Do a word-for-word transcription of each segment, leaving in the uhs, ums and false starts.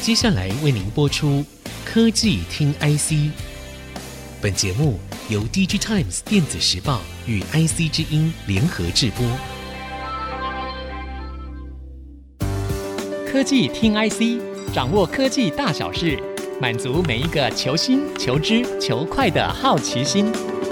接下来为您播出科技听 I C。 本节目由 D G Times 电子时报与 I C 之音联合制播。 科技听 I C， 掌握科技大小事，满足每一个求新、求知、求快的好奇心。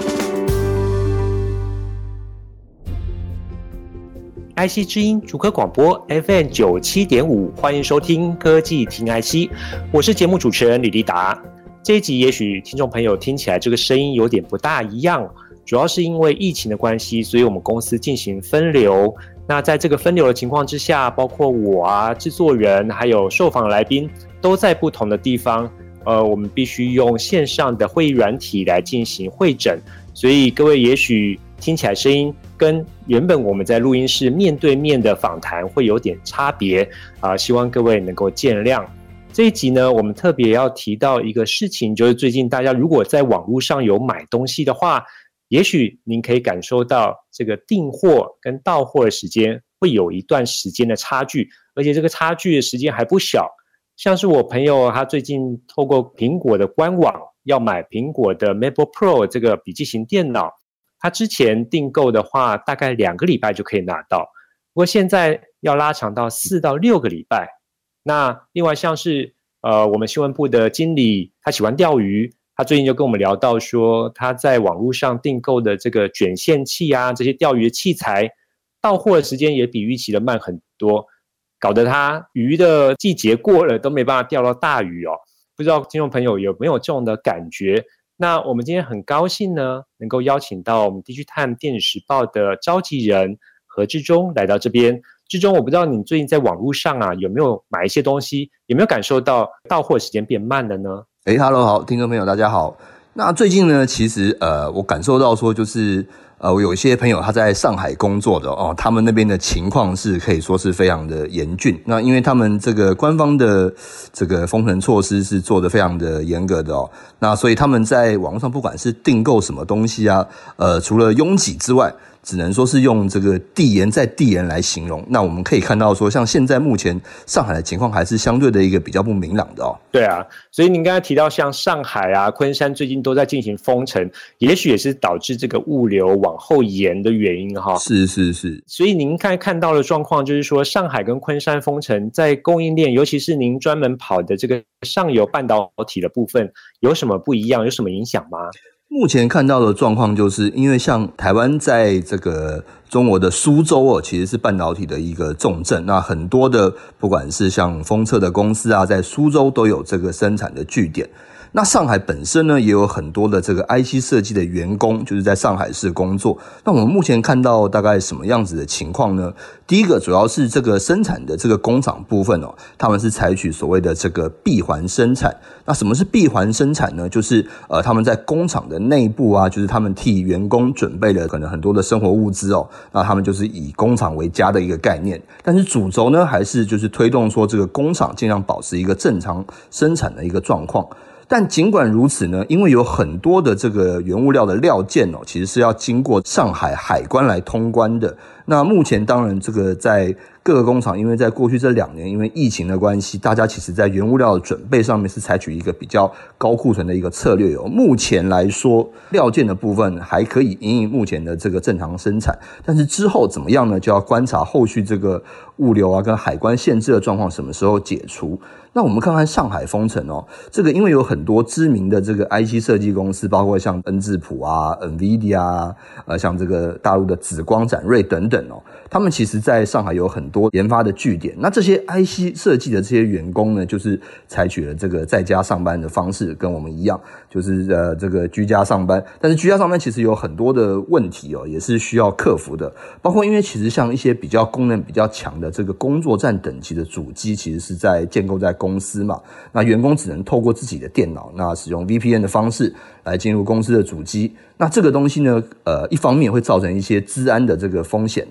I C 之音竹科广播 F M 九七点五，欢迎收听科技听 I C， 我是节目主持人李立达。这一集也许听众朋友听起来这个声音有点不大一样，主要是因为疫情的关系，所以我们公司进行分流。那在这个分流的情况之下，包括我啊、制作人还有受访来宾都在不同的地方，呃，我们必须用线上的会议软体来进行会诊，所以各位也许听起来声音跟原本我们在录音室面对面的访谈会有点差别啊、呃，希望各位能够见谅。这一集呢，我们特别要提到一个事情，就是最近大家如果在网络上有买东西的话，也许您可以感受到这个订货跟到货的时间会有一段时间的差距，而且这个差距的时间还不小。像是我朋友他最近透过苹果的官网要买苹果的 MacBook Pro 这个笔记型电脑，他之前订购的话大概两个礼拜就可以拿到，不过现在要拉长到四到六个礼拜。那另外像是呃我们新闻部的经理，他喜欢钓鱼，他最近就跟我们聊到说，他在网络上订购的这个卷线器啊，这些钓鱼的器材到货的时间也比预期的慢很多，搞得他鱼的季节过了都没办法钓到大鱼哦。不知道听众朋友有没有这种的感觉？那我们今天很高兴呢，能够邀请到我们 D G Times 电子时报的召集人何志忠来到这边。志忠，我不知道你最近在网络上啊有没有买一些东西，有没有感受到到货时间变慢了呢？ 诶 Hello 好，听众朋友大家好。那最近呢，其实呃我感受到说就是呃我有一些朋友他在上海工作的哦，他们那边的情况是可以说是非常的严峻。那因为他们这个官方的这个封城措施是做得非常的严格的哦，那所以他们在网络上不管是订购什么东西啊，呃除了拥挤之外，只能说是用这个递延再递延来形容。那我们可以看到说，像现在目前上海的情况还是相对的一个比较不明朗的哦。 对啊，所以您刚才提到像上海啊、昆山最近都在进行封城，也许也是导致这个物流往后延的原因哈。 是是是。 所以您看看到的状况就是说，上海跟昆山封城，在供应链，尤其是您专门跑的这个上游半导体的部分，有什么不一样？有什么影响吗？ 目前看到的状况就是，因为像台湾在这个中国的苏州哦，其实是半导体的一个重镇。那很多的不管是像封测的公司啊，在苏州都有这个生产的据点。那上海本身呢，也有很多的这个 I C 设计的员工，就是在上海市工作。那我们目前看到大概什么样子的情况呢？第一个主要是这个生产的这个工厂部分哦，他们是采取所谓的这个闭环生产。那什么是闭环生产呢？就是呃他们在工厂的内部啊，就是他们替员工准备了可能很多的生活物资哦，那他们就是以工厂为家的一个概念。但是主轴呢，还是就是推动说这个工厂尽量保持一个正常生产的一个状况。但尽管如此呢，因为有很多的这个原物料的料件哦，其实是要经过上海海关来通关的。那目前当然这个在各个工厂，因为在过去这两年因为疫情的关系，大家其实在原物料的准备上面是采取一个比较高库存的一个策略哦。目前来说，料件的部分还可以因应目前的这个正常生产，但是之后怎么样呢，就要观察后续这个物流啊跟海关限制的状况什么时候解除。那我们看看上海封城哦，这个因为有很多知名的这个 I C 设计公司，包括像恩智浦啊、NVIDIA 啊，呃，像这个大陆的紫光、展锐等等哦，他们其实在上海有很多研发的据点。那这些 I C 设计的这些员工呢，就是采取了这个在家上班的方式，跟我们一样，就是呃这个居家上班。但是居家上班其实有很多的问题哦，也是需要克服的，包括因为其实像一些比较功能比较强的这个工作站等级的主机，其实是在建构在公司嘛，那员工只能透过自己的电脑，那使用 V P N 的方式来进入公司的主机。那这个东西呢，呃，一方面会造成一些资安的这个风险哦。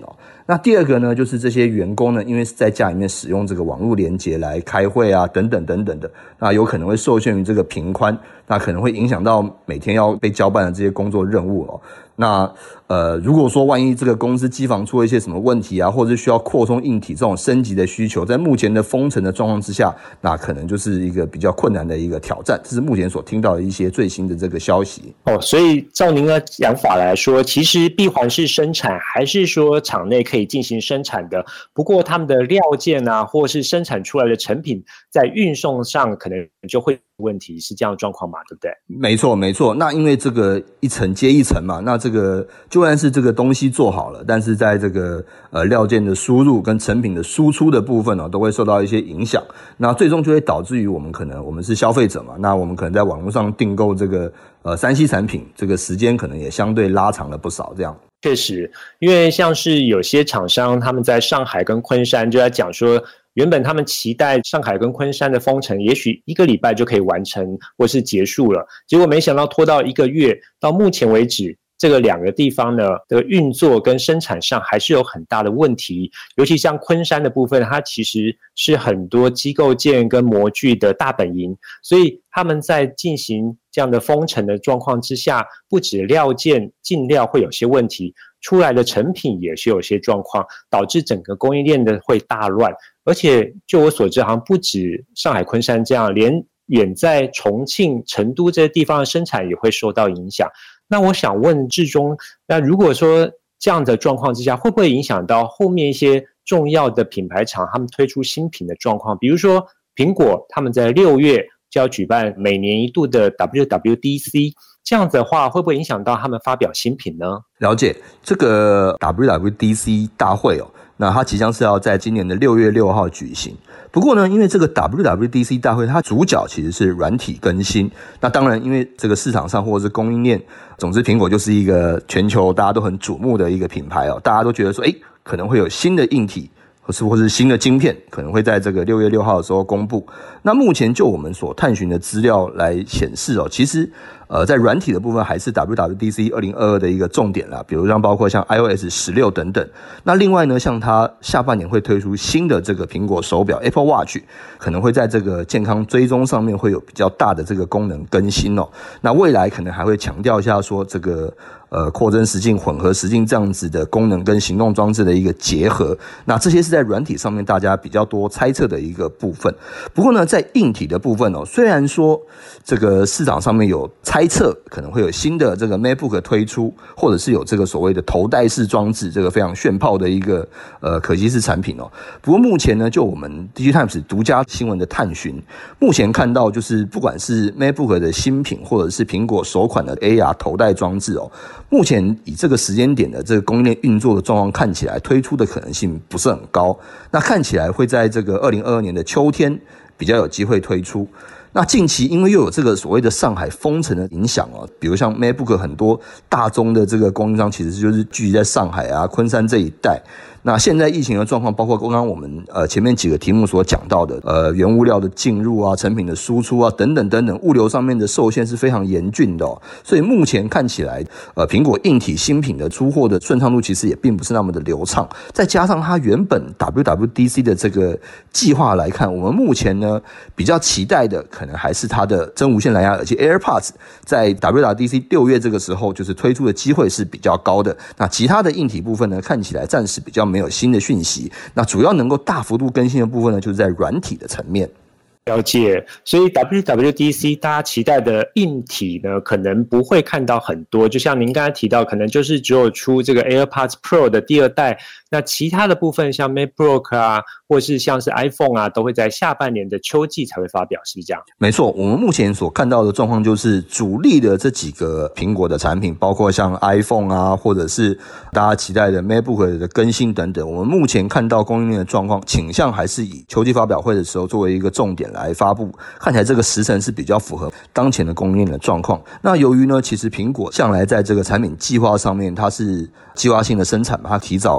那第二个呢，就是这些员工呢，因为是在家里面使用这个网络连结来开会啊，等等等等的，那有可能会受限于这个频宽，那可能会影响到每天要被交办的这些工作任务哦。那呃，如果说万一这个公司机房出了一些什么问题啊，或者是需要扩充硬体这种升级的需求，在目前的封城的状况之下，那可能就是一个比较困难的一个挑战。这是目前所听到的一些最新的这个消息。 哦，所以照您的讲法来说，其实闭环式生产还是说厂内可以进行生产的，不过他们的料件啊，或是生产出来的成品在运送上可能就会有问题，是这样的状况嘛？对不对？ 没错没错，那因为这个一层接一层嘛，那这个就算是这个东西做好了，但是在这个呃料件的输入跟成品的输出的部分呢、哦，都会受到一些影响，那最终就会导致于我们可能我们是消费者嘛，那我们可能在网络上订购这个呃 三 C 产品，这个时间可能也相对拉长了不少这样。 确实，因为像是有些厂商他们在上海跟昆山就在讲说，原本他们期待上海跟昆山的封城也许一个礼拜就可以完成或是结束了，结果没想到拖到一个月，到目前为止这个两个地方呢的运作跟生产上还是有很大的问题，尤其像昆山的部分，它其实是很多机构件跟模具的大本营，所以他们在进行这样的封城的状况之下，不止料件进料会有些问题，出来的成品也是有些状况，导致整个供应链的会大乱。而且就我所知，好像不止上海昆山这样，连远在重庆、成都这些地方的生产也会受到影响。那我想问志忠，那如果说这样的状况之下，会不会影响到后面一些重要的品牌厂他们推出新品的状况？比如说苹果他们在六月就要举办每年一度的 W W D C， 这样子的话会不会影响到他们发表新品呢？ 了解，这个 W W D C 大会哦，那它即将是要在今年的六月六号举行。不过呢，因为这个 W W D C 大会它主角其实是软体更新，那当然因为这个市场上或者是供应链，总之苹果就是一个全球大家都很瞩目的一个品牌哦，大家都觉得说诶可能会有新的硬体或是或是新的晶片可能会在这个六月六号的时候公布。那目前就我们所探寻的资料来显示哦，其实呃在软体的部分还是 W W D C 二零二二的一个重点啦，比如像包括像 i O S 十六 等等。那另外呢，像它下半年会推出新的这个苹果手表 Apple Watch， 可能会在这个健康追踪上面会有比较大的这个功能更新哦。那未来可能还会强调一下说这个呃扩增实境、混合实境这样子的功能跟行动装置的一个结合。那这些是在软体上面大家比较多猜测的一个部分。不过呢，在硬体的部分哦，虽然说这个市场上面有猜测可能会有新的这个 MacBook 推出，或者是有这个所谓的头戴式装置，这个非常炫炮的一个呃可惜是产品哦。不过目前呢，就我们 D G Times 独家新闻的探寻，目前看到就是不管是 MacBook 的新品，或者是苹果首款的 A R 头戴装置哦，目前以这个时间点的这个供应链运作的状况看起来，推出的可能性不是很高。那看起来会在这个二零二二年的秋天比较有机会推出。那近期因为又有这个所谓的上海封城的影响哦，比如像 MacBook 很多大宗的这个供应商其实就是聚集在上海啊、昆山这一带。那现在疫情的状况，包括刚刚我们呃前面几个题目所讲到的，呃原物料的进入啊、成品的输出啊等等等等，物流上面的受限是非常严峻的哦。所以目前看起来，呃苹果硬体新品的出货的顺畅度其实也并不是那么的流畅。再加上它原本 W W D C 的这个计划来看，我们目前呢比较期待的可能还是它的真无线蓝牙耳机 AirPods， 在 W W D C 六月这个时候就是推出的机会是比较高的。那其他的硬体部分呢，看起来暂时比较没有新的讯息，那主要能够大幅度更新的部分呢，就是在软体的层面。 了解，所以 W W D C 大家期待的硬体呢，可能不会看到很多，就像您刚才提到，可能就是只有出这个 AirPods Pro 的第二代，那其他的部分像 MacBook 啊，或是像是 iPhone 啊，都会在下半年的秋季才会发表，是这样？ 没错，我们目前所看到的状况就是主力的这几个苹果的产品，包括像 iPhone 啊，或者是大家期待的 MacBook 的更新等等，我们目前看到供应链的状况倾向还是以秋季发表会的时候作为一个重点来发布，看起来这个时程是比较符合当前的供应链的状况。那由于呢，其实苹果向来在这个产品计划上面，它是计划性的生产嘛，它提早可能一到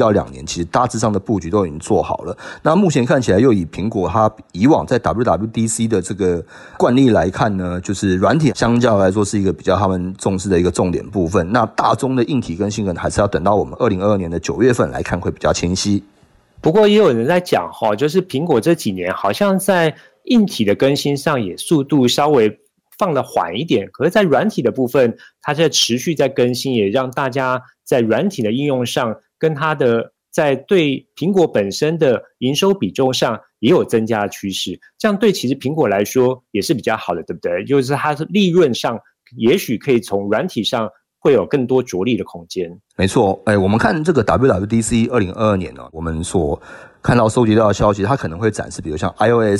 到两年，其实大致上的布局都已经做好了。那目前看起来又以苹果它以往在 W W D C 的这个惯例来看呢，就是软体相较来说是一个比较他们重视的一个重点部分。那大宗的硬体更新可能还是要等到我们二零二二年的九月份来看会比较清晰。 不过也有人在讲哈，就是苹果这几年好像在硬体的更新上也速度稍微放得缓一点，可是在软体的部分它在持续在更新，也让大家在软体的应用上跟它的在对苹果本身的营收比重上也有增加的趋势，这样对其实苹果来说也是比较好的，对不对？就是它的利润上也许可以从软体上会有更多着力的空间。 没错，哎，我们看这个 W W D C 二零二二年呢、哦，我们所看到收集到的消息，它可能会展示，比如像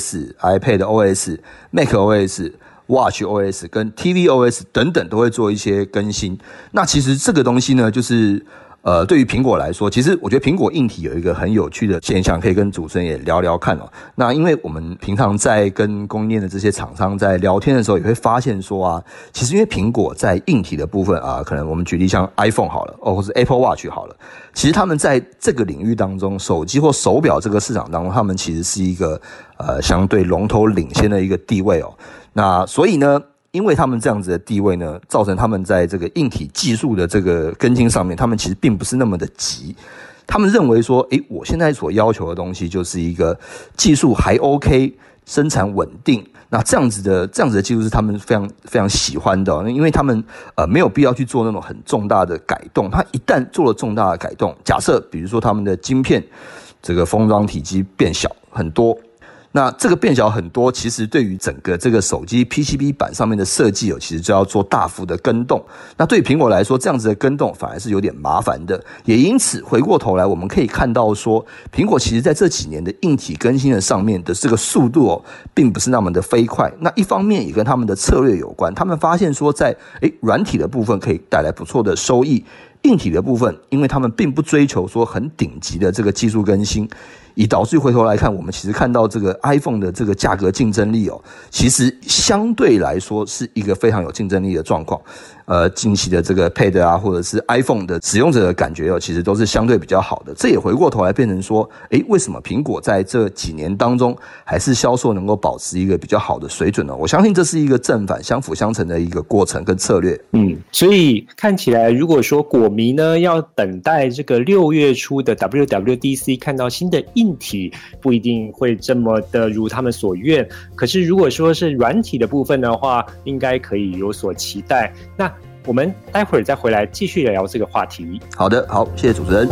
iOS、iPadOS、macOS、watchOS 跟 tvOS 等等都会做一些更新。那其实这个东西呢，就是呃，对于苹果来说，其实我觉得苹果硬体有一个很有趣的现象，可以跟主持人也聊聊看哦。那因为我们平常在跟供应链的这些厂商在聊天的时候，也会发现说啊，其实因为苹果在硬体的部分啊，可能我们举例像 iPhone 好了，哦，或是 Apple Watch 好了，其实他们在这个领域当中，手机或手表这个市场当中，他们其实是一个呃相对龙头领先的一个地位哦。那所以呢，因为他们这样子的地位呢，造成他们在这个硬体技术的这个跟进上面，他们其实并不是那么的急。他们认为说，诶，我现在所要求的东西就是一个技术还 OK， 生产稳定。那这样子的这样子的技术是他们非常非常喜欢的、哦，因为他们呃没有必要去做那种很重大的改动。他一旦做了重大的改动，假设比如说他们的晶片这个封装体积变小很多。那这个变小很多，其实对于整个这个手机 P C B 板上面的设计哦，其实就要做大幅的更动。那对于苹果来说，这样子的更动反而是有点麻烦的。也因此，回过头来我们可以看到说，苹果其实在这几年的硬体更新的上面的这个速度哦，并不是那么的飞快。那一方面也跟他们的策略有关，他们发现说在，诶软体的部分可以带来不错的收益，硬体的部分，因为他们并不追求说很顶级的这个技术更新。以导致回头来看，我们其实看到这个 iPhone 的这个价格竞争力哦，其实相对来说是一个非常有竞争力的状况。呃，近期的这个 Pad 啊，或者是 iPhone 的使用者的感觉哦，其实都是相对比较好的。这也回过头来变成说，诶，为什么苹果在这几年当中还是销售能够保持一个比较好的水准呢？我相信这是一个正反相辅相成的一个过程跟策略。 嗯，所以看起来，如果说果迷呢要等待这个六月初的 W W D C 看到新的硬体，不一定会这么的如他们所愿。可是如果说是软体的部分的话，应该可以有所期待。那我们待会儿再回来继续聊这个话题。 好的，好，谢谢主持人。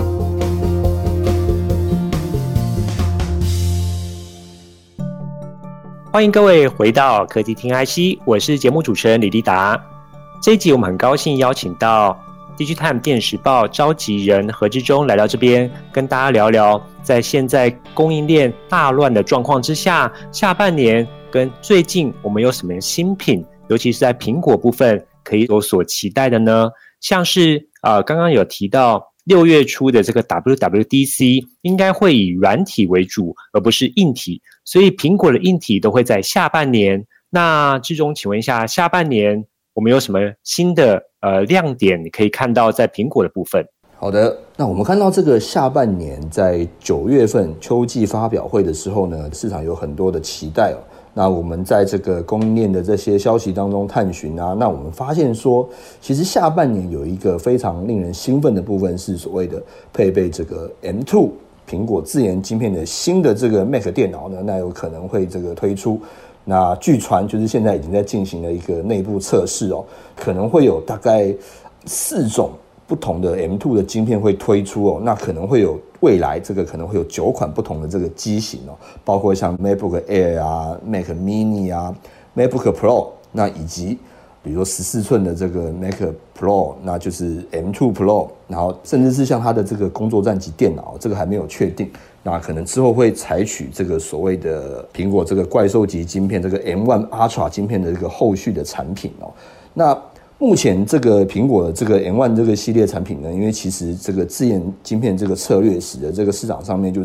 欢迎各位回到科技听 I C， 我是节目主持人李立达。这一集我们很高兴邀请到 Digitime 电时报召集人何志忠来到这边，跟大家聊聊在现在供应链大乱的状况之下，下半年跟最近我们有什么新品，尤其是在苹果部分可以有所期待的呢？像是呃刚刚有提到六月初的这个 W W D C 应该会以软体为主，而不是硬体，所以苹果的硬体都会在下半年。那志忠，请问一下，下半年我们有什么新的呃亮点你可以看到在苹果的部分？ 好的，那我们看到这个下半年在九月份秋季发表会的时候呢，市场有很多的期待哦。那我们在这个供应链的这些消息当中探寻啊，那我们发现说，其实下半年有一个非常令人兴奋的部分是所谓的配备这个 M 二 苹果自研晶片的新的这个 Mac 电脑呢，那有可能会这个推出。那据传就是现在已经在进行了一个内部测试哦，可能会有大概四种不同的 M 二 的晶片会推出哦，那可能会有未来这个可能会有九款不同的这个机型哦，包括像 MacBook Air 啊、Mac Mini 啊、MacBook Pro， 那以及比如说十四寸的这个 Mac Pro， 那就是 M 二 Pro， 然后甚至是像它的这个工作站级电脑，这个还没有确定。那可能之后会采取这个所谓的苹果这个怪兽级晶片，这个 M 一 Ultra 晶片的这个后续的产品哦。那目前这个苹果的这个 M 一 这个系列产品呢，因为其实这个自研晶片这个策略使得这个市场上面就是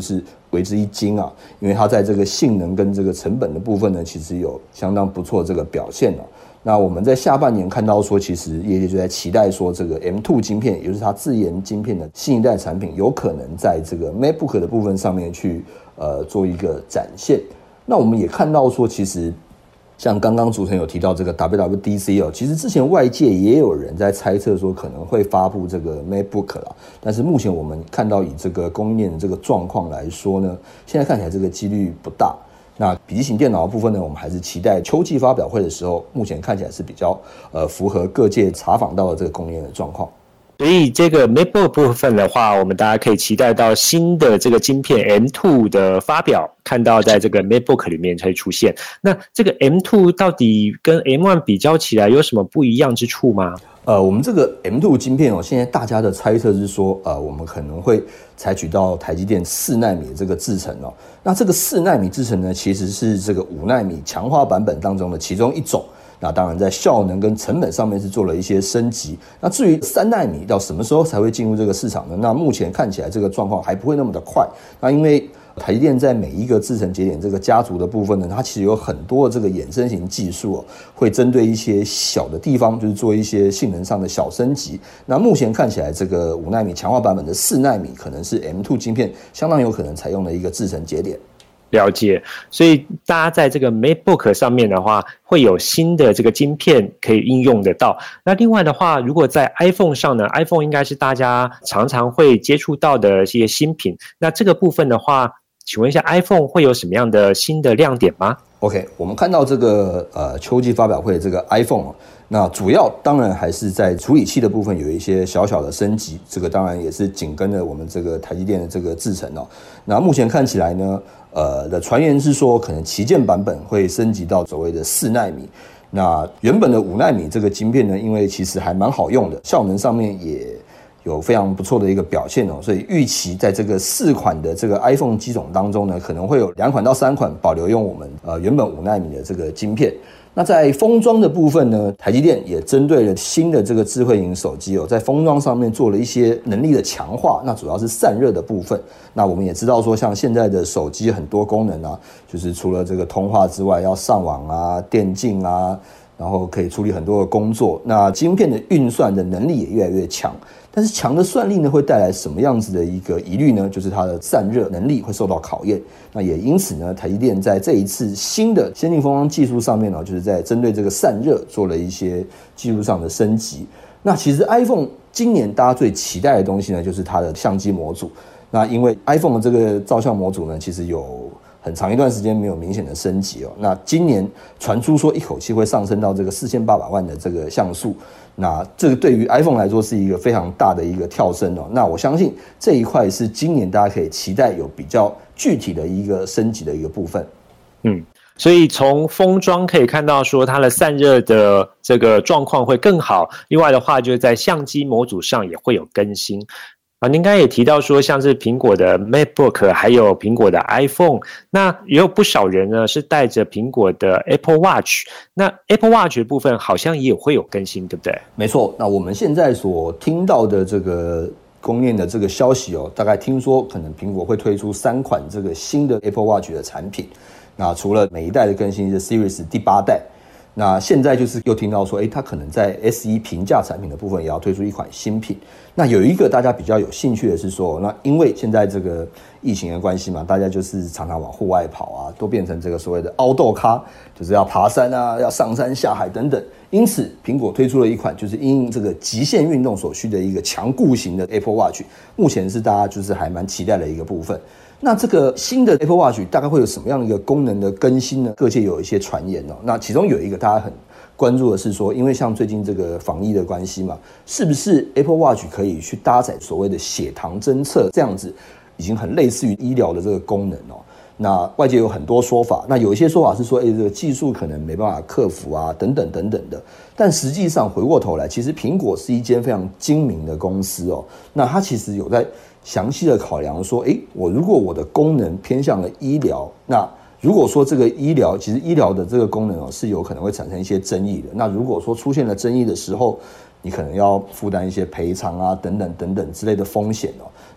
为之一惊啊，因为它在这个性能跟这个成本的部分呢，其实有相当不错这个表现啊。那我们在下半年看到说，其实业界就在期待说，这个 M 二 晶片，也就是它自研晶片的新一代产品，有可能在这个 MacBook 的部分上面去呃做一个展现。那我们也看到说，其实像刚刚主持人有提到这个 W W D C 哦，其实之前外界也有人在猜测说可能会发布这个 MacBook 啦，但是目前我们看到以这个供应链的这个状况来说呢，现在看起来这个几率不大。那笔记型电脑的部分呢，我们还是期待秋季发表会的时候，目前看起来是比较呃符合各界查访到的这个供应链的状况。 所以这个 MacBook 部分的话，我们大家可以期待到新的这个晶片 M 二 的发表，看到在这个 MacBook 里面会出现。那这个 M 二 到底跟 M 一 比较起来有什么不一样之处吗？ 呃，我们这个 M 二 晶片哦，现在大家的猜测是说，呃，我们可能会采取到台积电四奈米的这个制程哦。那这个四奈米制程呢，其实是这个五奈米强化版本当中的其中一种。那当然在效能跟成本上面是做了一些升级。那至于三奈米到什么时候才会进入这个市场呢？那目前看起来这个状况还不会那么的快。那因为台积电在每一个制程节点这个家族的部分呢，它其实有很多的这个衍生型技术哦，会针对一些小的地方，就是做一些性能上的小升级。那目前看起来，这个五奈米强化版本的四奈米可能是 M 二 晶片相当有可能采用的一个制程节点。 了解，所以大家在这个 MacBook 上面的话，会有新的这个晶片可以应用得到。那另外的话，如果在 iPhone 上呢 ，iPhone 应该是大家常常会接触到的一些新品。那这个部分的话，请问一下 iPhone 会有什么样的新的亮点吗？ OK， 我们看到这个呃秋季发表会的这个 iPhone 啊，那主要当然还是在处理器的部分有一些小小的升级，这个当然也是紧跟着我们这个台积电的这个制程哦。那目前看起来呢，呃的传言是说，可能旗舰版本会升级到所谓的四奈米。那原本的五奈米这个晶片呢，因为其实还蛮好用的，效能上面也有非常不错的一个表现哦，所以预期在这个四款的这个 iPhone 机种当中呢，可能会有两款到三款保留用我们呃原本五奈米的这个晶片。那在封装的部分呢，台积电也针对了新的这个智慧型手机哦，在封装上面做了一些能力的强化，那主要是散热的部分。那我们也知道说，像现在的手机很多功能啊，就是除了这个通话之外，要上网啊、电竞啊，然后可以处理很多的工作。那晶片的运算的能力也越来越强。但是强的算力呢，会带来什么样子的一个疑虑呢？就是它的散热能力会受到考验。那也因此呢，台积电在这一次新的先进封装技术上面呢，就是在针对这个散热做了一些技术上的升级。那其实 iPhone 今年大家最期待的东西呢，就是它的相机模组。那因为 iPhone 的这个照相模组呢，其实有很长一段时间没有明显的升级哦。那今年传出说一口气会上升到这个四千八百万的这个像素。那这个对于 iPhone 来说是一个非常大的一个跳升哦。那我相信这一块是今年大家可以期待有比较具体的一个升级的一个部分。 嗯，所以从封装可以看到说它的散热的这个状况会更好。另外的话，就是在相机模组上也会有更新。啊，您刚才也提到说，像是苹果的 MacBook， 还有苹果的 iPhone， 那也有不少人呢是带着苹果的 Apple Watch， 那 Apple Watch 的部分好像也会有更新，对不对？ 没错，那我们现在所听到的这个供应链的这个消息哦，大概听说可能苹果会推出三款这个新的 Apple Watch 的产品。那除了每一代的更新是 Series 第八代。那现在就是又听到说，诶，它可能在 S E 平价产品的部分也要推出一款新品。那有一个大家比较有兴趣的是说，那因为现在这个疫情的关系嘛，大家就是常常往户外跑啊，都变成这个所谓的凹豆咖，就是要爬山啊，要上山下海等等。因此，苹果推出了一款就是因应这个极限运动所需的一个强固型的 Apple Watch， 目前是大家就是还蛮期待的一个部分。那这个新的 Apple Watch 大概会有什么样的一个功能的更新呢？各界有一些传言哦。那其中有一个大家很关注的是说，因为像最近这个防疫的关系嘛，是不是 Apple Watch 可以去搭载所谓的血糖侦测这样子，已经很类似于医疗的这个功能哦。那外界有很多说法，那有一些说法是说，哎，这个技术可能没办法克服啊，等等等等的。但实际上回过头来，其实苹果是一间非常精明的公司哦。那它其实有在详细的考量说，诶，我如果我的功能偏向了医疗，那如果说这个医疗，其实医疗的这个功能哦是有可能会产生一些争议的。那如果说出现了争议的时候，你可能要负担一些赔偿啊，等等等等之类的风险哦。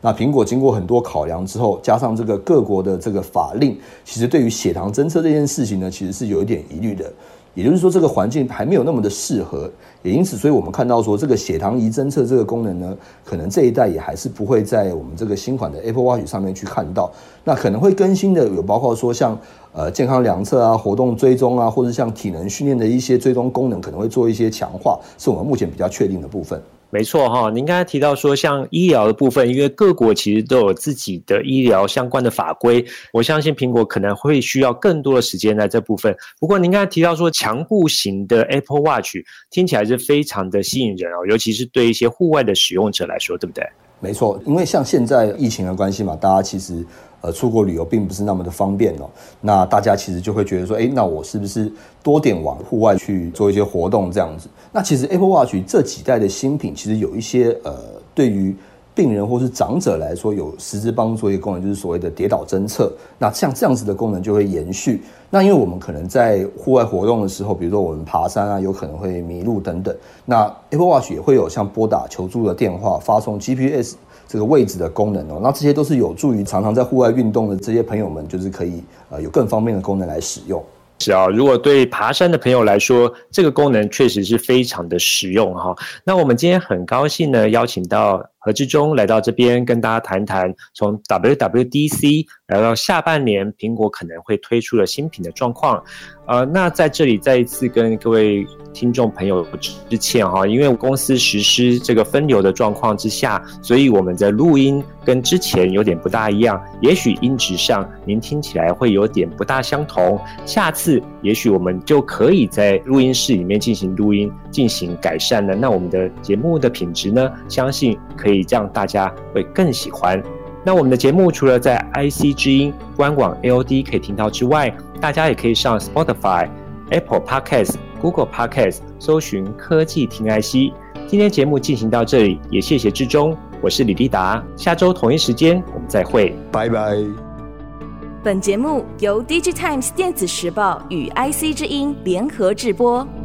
那苹果经过很多考量之后，加上这个各国的这个法令，其实对于血糖侦测这件事情呢，其实是有一点疑虑的。也就是说，这个环境还没有那么的适合，也因此，所以我们看到说，这个血糖仪侦测这个功能呢，可能这一代也还是不会在我们这个新款的 Apple Watch 上面去看到。那可能会更新的有包括说像呃健康量测啊、活动追踪啊，或者像体能训练的一些追踪功能，可能会做一些强化，是我们目前比较确定的部分。 没错哈，您刚才提到说像医疗的部分，因为各国其实都有自己的医疗相关的法规，我相信苹果可能会需要更多的时间在这部分。不过您刚才提到说强固型的 Apple Watch 听起来是非常的吸引人哦，尤其是对一些户外的使用者来说，对不对？ 没错，因为像现在疫情的关系嘛，大家其实呃出国旅游并不是那么的方便哦。那大家其实就会觉得说，哎，那我是不是多点往户外去做一些活动这样子？那其实 Apple Watch 这几代的新品，其实有一些呃对于病人或是长者来说有实质帮助的一个功能，就是所谓的跌倒侦测。那像这样子的功能就会延续。那因为我们可能在户外活动的时候，比如说我们爬山啊，有可能会迷路等等。那 Apple Watch 也会有像拨打求助的电话、发送 G P S 这个位置的功能哦。那这些都是有助于常常在户外运动的这些朋友们，就是可以呃有更方便的功能来使用。 是啊，如果对爬山的朋友来说，这个功能确实是非常的实用哈。那我们今天很高兴呢，邀请到何志忠来到这边跟大家谈谈从 W W D C 来到下半年苹果可能会推出的新品的状况。呃，那在这里再一次跟各位听众朋友致歉哈，因为公司实施这个分流的状况之下，所以我们的录音跟之前有点不大一样，也许音质上您听起来会有点不大相同，下次也许我们就可以在录音室里面进行录音，进行改善了。那我们的节目的品质呢，相信可以让大家会更喜欢。那我们的节目除了在 I C 之音官网 A O D 可以听到之外，大家也可以上 Spotify、Apple Podcast、Google Podcast 搜寻科技听 I C。 今天节目进行到这里，也谢谢志忠，我是李立达，下周同一时间我们再会， 拜拜。 本节目由 Digitimes 电子时报与 I C 之音联合制播。